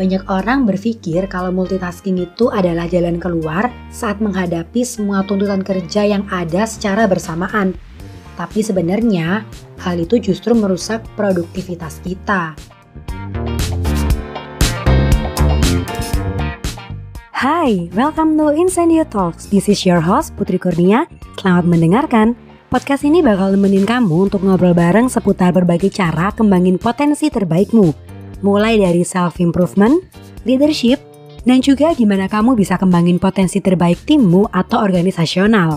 Banyak orang berpikir kalau multitasking itu adalah jalan keluar saat menghadapi semua tuntutan kerja yang ada secara bersamaan. Tapi sebenarnya, hal itu justru merusak produktivitas kita. Hai, welcome to Incendio Talks. This is your host, Putri Kurnia. Selamat mendengarkan. Podcast ini bakal nemenin kamu untuk ngobrol bareng seputar berbagai cara kembangin potensi terbaikmu. Mulai dari self-improvement, leadership, dan juga gimana kamu bisa kembangin potensi terbaik timmu atau organisasional.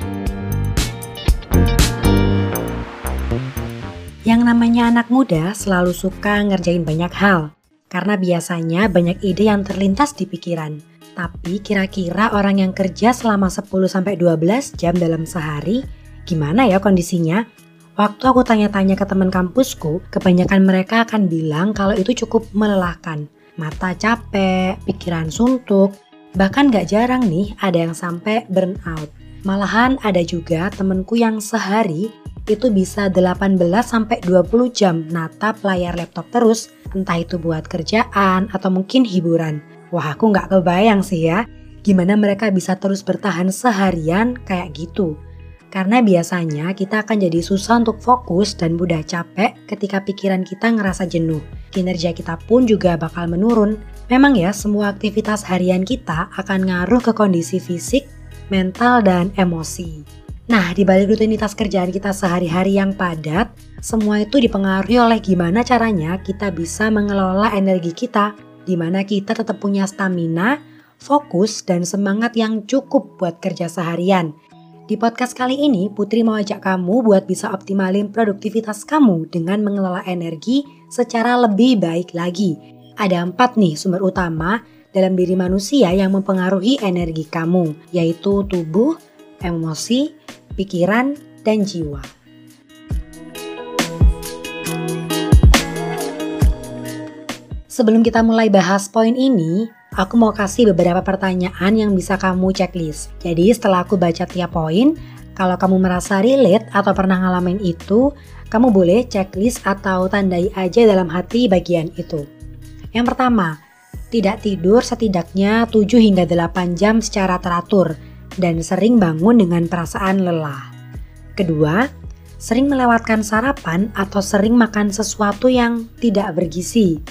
Yang namanya anak muda selalu suka ngerjain banyak hal, karena biasanya banyak ide yang terlintas di pikiran. Tapi kira-kira orang yang kerja selama 10-12 jam dalam sehari, gimana ya kondisinya? Waktu aku tanya-tanya ke teman kampusku, kebanyakan mereka akan bilang kalau itu cukup melelahkan. Mata capek, pikiran suntuk, bahkan gak jarang nih ada yang sampai burnout. Malahan ada juga temenku yang sehari itu bisa 18-20 jam natap layar laptop terus, entah itu buat kerjaan atau mungkin hiburan. Wah, aku gak kebayang sih ya, gimana mereka bisa terus bertahan seharian kayak gitu. Karena biasanya kita akan jadi susah untuk fokus dan mudah capek ketika pikiran kita ngerasa jenuh. Kinerja kita pun juga bakal menurun. Memang ya, semua aktivitas harian kita akan ngaruh ke kondisi fisik, mental, dan emosi. Nah, di balik rutinitas kerjaan kita sehari-hari yang padat, semua itu dipengaruhi oleh gimana caranya kita bisa mengelola energi kita, di mana kita tetap punya stamina, fokus, dan semangat yang cukup buat kerja seharian. Di podcast kali ini, Putri mau ajak kamu buat bisa optimalin produktivitas kamu dengan mengelola energi secara lebih baik lagi. Ada 4 nih sumber utama dalam diri manusia yang mempengaruhi energi kamu, yaitu tubuh, emosi, pikiran, dan jiwa. Sebelum kita mulai bahas poin ini, aku mau kasih beberapa pertanyaan yang bisa kamu checklist. Jadi setelah aku baca tiap poin, kalau kamu merasa relate atau pernah ngalamin itu, kamu boleh checklist atau tandai aja dalam hati bagian itu. Yang pertama, tidak tidur setidaknya 7-8 jam secara teratur dan sering bangun dengan perasaan lelah. Kedua, sering melewatkan sarapan atau sering makan sesuatu yang tidak bergizi.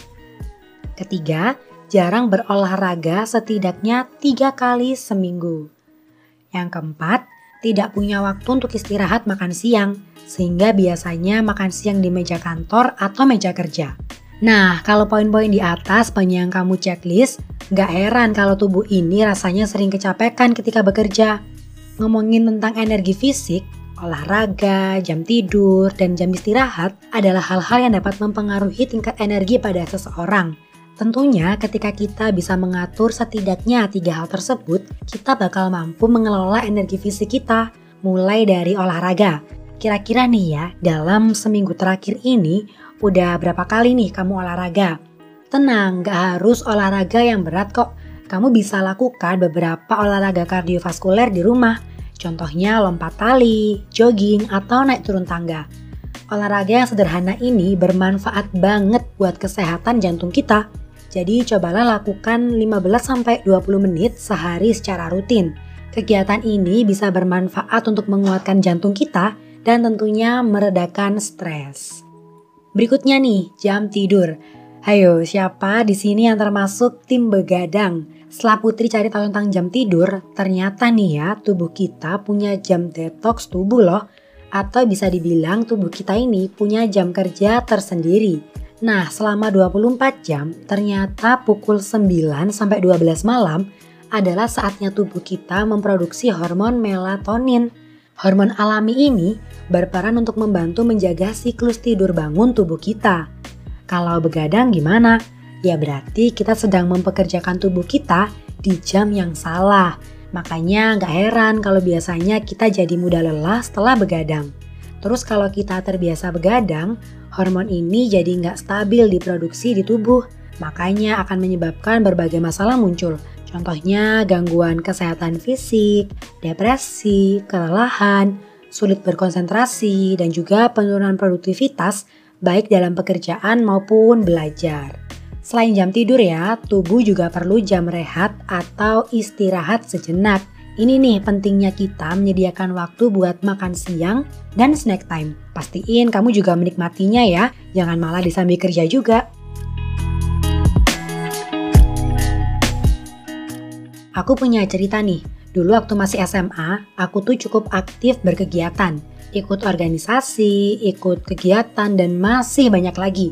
Ketiga, jarang berolahraga setidaknya 3 kali seminggu. Yang keempat, tidak punya waktu untuk istirahat makan siang, sehingga biasanya makan siang di meja kantor atau meja kerja. Nah, kalau poin-poin di atas banyak yang kamu checklist, gak heran kalau tubuh ini rasanya sering kecapekan ketika bekerja. Ngomongin tentang energi fisik, olahraga, jam tidur, dan jam istirahat adalah hal-hal yang dapat mempengaruhi tingkat energi pada seseorang. Tentunya ketika kita bisa mengatur setidaknya 3 hal tersebut, kita bakal mampu mengelola energi fisik kita, mulai dari olahraga. Kira-kira nih ya, dalam seminggu terakhir ini, udah berapa kali nih kamu olahraga? Tenang, gak harus olahraga yang berat kok. Kamu bisa lakukan beberapa olahraga kardiovaskuler di rumah. Contohnya lompat tali, jogging, atau naik turun tangga. Olahraga yang sederhana ini bermanfaat banget buat kesehatan jantung kita. Jadi cobalah lakukan 15-20 menit sehari secara rutin. Kegiatan ini bisa bermanfaat untuk menguatkan jantung kita dan tentunya meredakan stres. Berikutnya nih, jam tidur. Hayo, siapa di sini yang termasuk tim begadang? Setelah Putri cari tahu tentang jam tidur, ternyata nih ya, tubuh kita punya jam detox tubuh loh. Atau bisa dibilang tubuh kita ini punya jam kerja tersendiri. Nah, selama 24 jam, ternyata pukul 9-12 malam adalah saatnya tubuh kita memproduksi hormon melatonin. Hormon alami ini berperan untuk membantu menjaga siklus tidur bangun tubuh kita. Kalau begadang gimana? Ya berarti kita sedang mempekerjakan tubuh kita di jam yang salah. Makanya gak heran kalau biasanya kita jadi mudah lelah setelah begadang. Terus kalau kita terbiasa begadang, hormon ini jadi nggak stabil diproduksi di tubuh, makanya akan menyebabkan berbagai masalah muncul. Contohnya gangguan kesehatan fisik, depresi, kelelahan, sulit berkonsentrasi, dan juga penurunan produktivitas baik dalam pekerjaan maupun belajar. Selain jam tidur ya, tubuh juga perlu jam rehat atau istirahat sejenak. Ini nih pentingnya kita menyediakan waktu buat makan siang dan snack time. Pastiin kamu juga menikmatinya ya, jangan malah disambi kerja juga. Aku punya cerita nih, dulu waktu masih SMA, aku tuh cukup aktif berkegiatan. Ikut organisasi, ikut kegiatan, dan masih banyak lagi.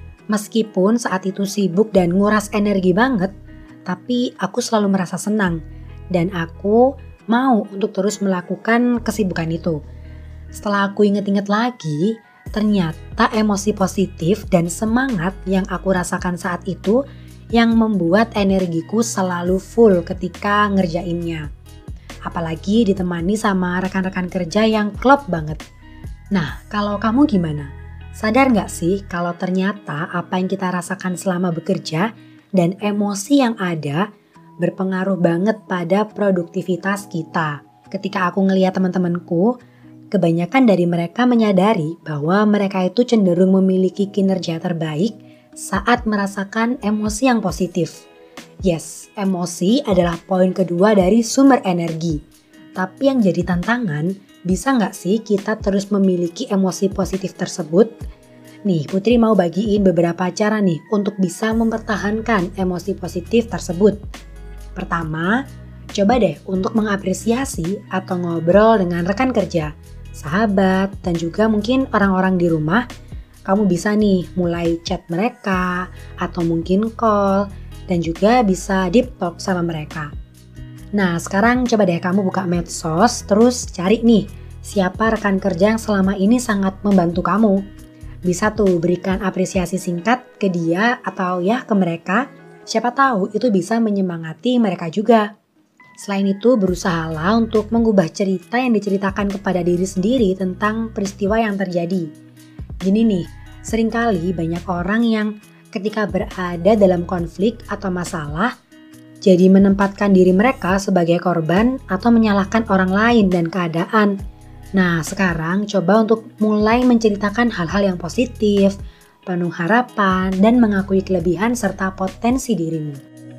Meskipun saat itu sibuk dan nguras energi banget, tapi aku selalu merasa senang dan aku mau untuk terus melakukan kesibukan itu. Setelah aku inget-inget lagi, ternyata emosi positif dan semangat yang aku rasakan saat itu yang membuat energiku selalu full ketika ngerjainnya. Apalagi ditemani sama rekan-rekan kerja yang klop banget. Nah, kalau kamu gimana? Sadar nggak sih kalau ternyata apa yang kita rasakan selama bekerja dan emosi yang ada berpengaruh banget pada produktivitas kita. Ketika aku ngeliat teman-temanku, kebanyakan dari mereka menyadari bahwa mereka itu cenderung memiliki kinerja terbaik saat merasakan emosi yang positif. Yes, emosi adalah poin kedua dari sumber energi. Tapi yang jadi tantangan, bisa nggak sih kita terus memiliki emosi positif tersebut? Nih, Putri mau bagiin beberapa cara nih untuk bisa mempertahankan emosi positif tersebut. Pertama, coba deh untuk mengapresiasi atau ngobrol dengan rekan kerja, sahabat, dan juga mungkin orang-orang di rumah. Kamu bisa nih mulai chat mereka atau mungkin call dan juga bisa deep talk sama mereka. Nah, sekarang coba deh kamu buka medsos, terus cari nih siapa rekan kerja yang selama ini sangat membantu kamu. Bisa tuh berikan apresiasi singkat ke dia atau ya ke mereka. Siapa tahu itu bisa menyemangati mereka juga. Selain itu berusahalah untuk mengubah cerita yang diceritakan kepada diri sendiri tentang peristiwa yang terjadi. Gini nih, seringkali banyak orang yang ketika berada dalam konflik atau masalah, jadi menempatkan diri mereka sebagai korban atau menyalahkan orang lain dan keadaan. Nah, sekarang coba untuk mulai menceritakan hal-hal yang positif, penuh harapan, dan mengakui kelebihan serta potensi dirimu.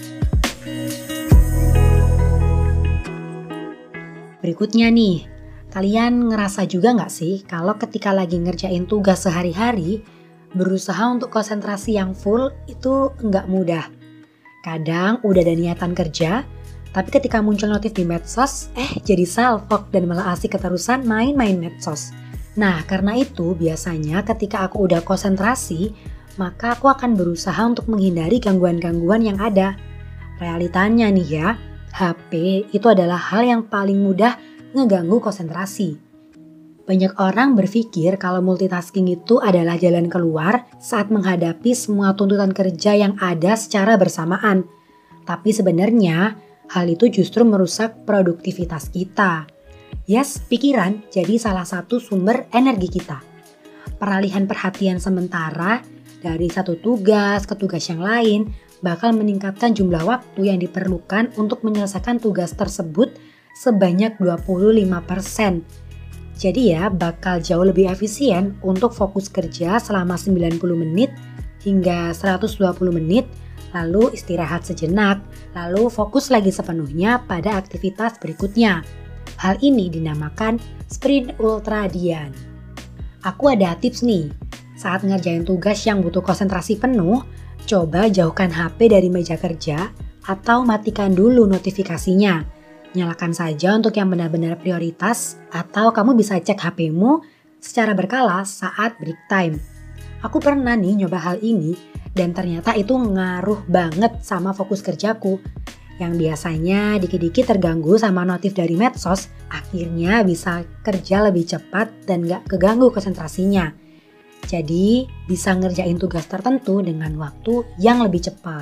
Berikutnya nih, kalian ngerasa juga nggak sih kalau ketika lagi ngerjain tugas sehari-hari, berusaha untuk konsentrasi yang full itu nggak mudah. Kadang udah ada niatan kerja, tapi ketika muncul notif di medsos, jadi salfok dan malah asik keterusan main-main medsos. Nah, karena itu biasanya ketika aku udah konsentrasi, maka aku akan berusaha untuk menghindari gangguan-gangguan yang ada. Realitanya nih ya, HP itu adalah hal yang paling mudah ngeganggu konsentrasi. Banyak orang berpikir kalau multitasking itu adalah jalan keluar saat menghadapi semua tuntutan kerja yang ada secara bersamaan. Tapi sebenarnya hal itu justru merusak produktivitas kita. Yes, pikiran jadi salah satu sumber energi kita. Peralihan perhatian sementara dari satu tugas ke tugas yang lain bakal meningkatkan jumlah waktu yang diperlukan untuk menyelesaikan tugas tersebut sebanyak 25%. Jadi ya bakal jauh lebih efisien untuk fokus kerja selama 90 menit hingga 120 menit, lalu istirahat sejenak, lalu fokus lagi sepenuhnya pada aktivitas berikutnya. Hal ini dinamakan sprint ultradian. Aku ada tips nih, saat ngerjain tugas yang butuh konsentrasi penuh, coba jauhkan HP dari meja kerja atau matikan dulu notifikasinya. Nyalakan saja untuk yang benar-benar prioritas atau kamu bisa cek HP-mu secara berkala saat break time. Aku pernah nih nyoba hal ini dan ternyata itu ngaruh banget sama fokus kerjaku. Yang biasanya dikit-dikit terganggu sama notif dari medsos, akhirnya bisa kerja lebih cepat dan gak keganggu konsentrasinya. Jadi bisa ngerjain tugas tertentu dengan waktu yang lebih cepat.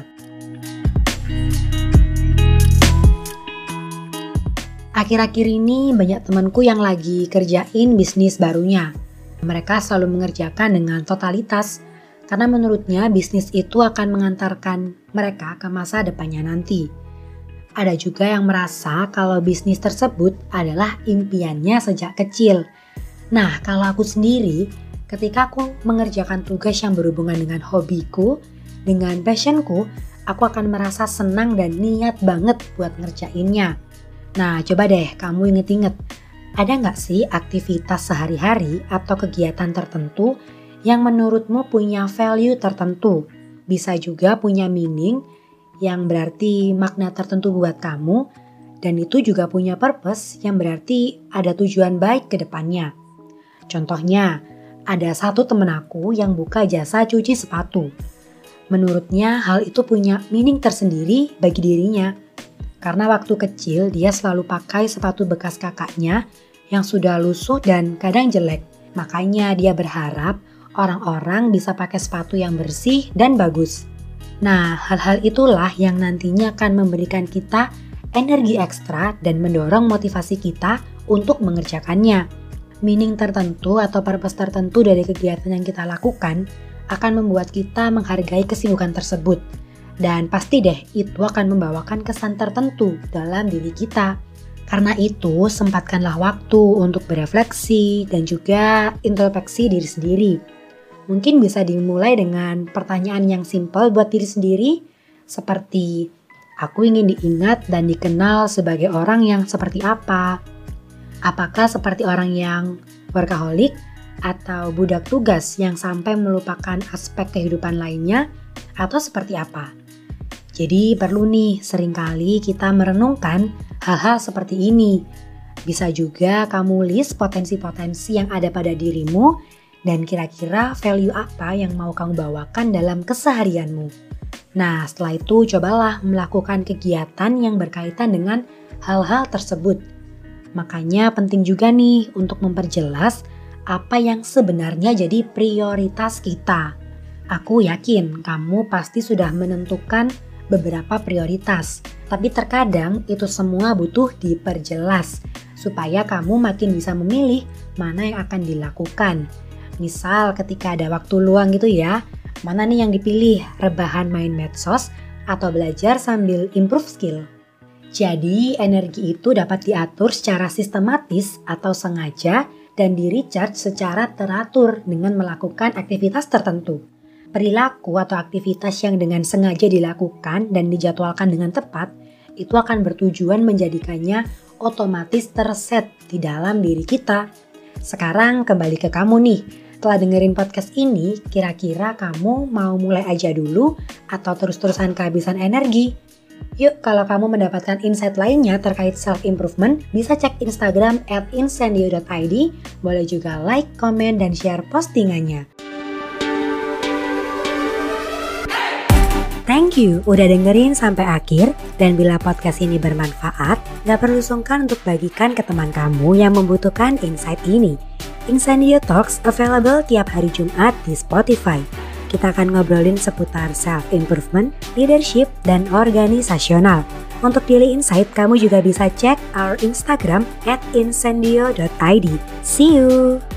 Akhir-akhir ini banyak temanku yang lagi kerjain bisnis barunya. Mereka selalu mengerjakan dengan totalitas karena menurutnya bisnis itu akan mengantarkan mereka ke masa depannya nanti. Ada juga yang merasa kalau bisnis tersebut adalah impiannya sejak kecil. Nah, kalau aku sendiri, ketika aku mengerjakan tugas yang berhubungan dengan hobiku, dengan passionku, aku akan merasa senang dan niat banget buat ngerjainnya. Nah, coba deh kamu inget-inget, ada nggak sih aktivitas sehari-hari atau kegiatan tertentu yang menurutmu punya value tertentu? Bisa juga punya meaning yang berarti makna tertentu buat kamu, dan itu juga punya purpose yang berarti ada tujuan baik ke depannya. Contohnya, ada satu temen aku yang buka jasa cuci sepatu. Menurutnya hal itu punya meaning tersendiri bagi dirinya. Karena waktu kecil dia selalu pakai sepatu bekas kakaknya yang sudah lusuh dan kadang jelek. Makanya dia berharap orang-orang bisa pakai sepatu yang bersih dan bagus. Nah, hal-hal itulah yang nantinya akan memberikan kita energi ekstra dan mendorong motivasi kita untuk mengerjakannya. Meaning tertentu atau purpose tertentu dari kegiatan yang kita lakukan akan membuat kita menghargai kesibukan tersebut. Dan pasti deh itu akan membawakan kesan tertentu dalam diri kita. Karena itu sempatkanlah waktu untuk berefleksi dan juga introspeksi diri sendiri. Mungkin bisa dimulai dengan pertanyaan yang simpel buat diri sendiri, seperti aku ingin diingat dan dikenal sebagai orang yang seperti apa? Apakah seperti orang yang workaholic atau budak tugas yang sampai melupakan aspek kehidupan lainnya, atau seperti apa? Jadi perlu nih seringkali kita merenungkan hal-hal seperti ini. Bisa juga kamu list potensi-potensi yang ada pada dirimu dan kira-kira value apa yang mau kamu bawakan dalam keseharianmu. Nah, setelah itu cobalah melakukan kegiatan yang berkaitan dengan hal-hal tersebut. Makanya penting juga nih untuk memperjelas apa yang sebenarnya jadi prioritas kita. Aku yakin kamu pasti sudah menentukan beberapa prioritas, tapi terkadang itu semua butuh diperjelas supaya kamu makin bisa memilih mana yang akan dilakukan. Misal ketika ada waktu luang gitu ya, mana nih yang dipilih, rebahan main medsos atau belajar sambil improve skill. Jadi energi itu dapat diatur secara sistematis atau sengaja dan di-recharge secara teratur dengan melakukan aktivitas tertentu. Perilaku atau aktivitas yang dengan sengaja dilakukan dan dijadwalkan dengan tepat itu akan bertujuan menjadikannya otomatis terset di dalam diri kita. Sekarang kembali ke kamu nih. Setelah dengerin podcast ini, kira-kira kamu mau mulai aja dulu atau terus-terusan kehabisan energi? Yuk, kalau kamu mendapatkan insight lainnya terkait self-improvement, bisa cek Instagram @insendio.id, boleh juga like, komen, dan share postingannya. Thank you udah dengerin sampai akhir, dan bila podcast ini bermanfaat, gak perlu sungkan untuk bagikan ke teman kamu yang membutuhkan insight ini. Insendio Talks available tiap hari Jumat di Spotify. Kita akan ngobrolin seputar self-improvement, leadership, dan organisasional. Untuk daily insight, kamu juga bisa cek our Instagram @insendio.id. See you!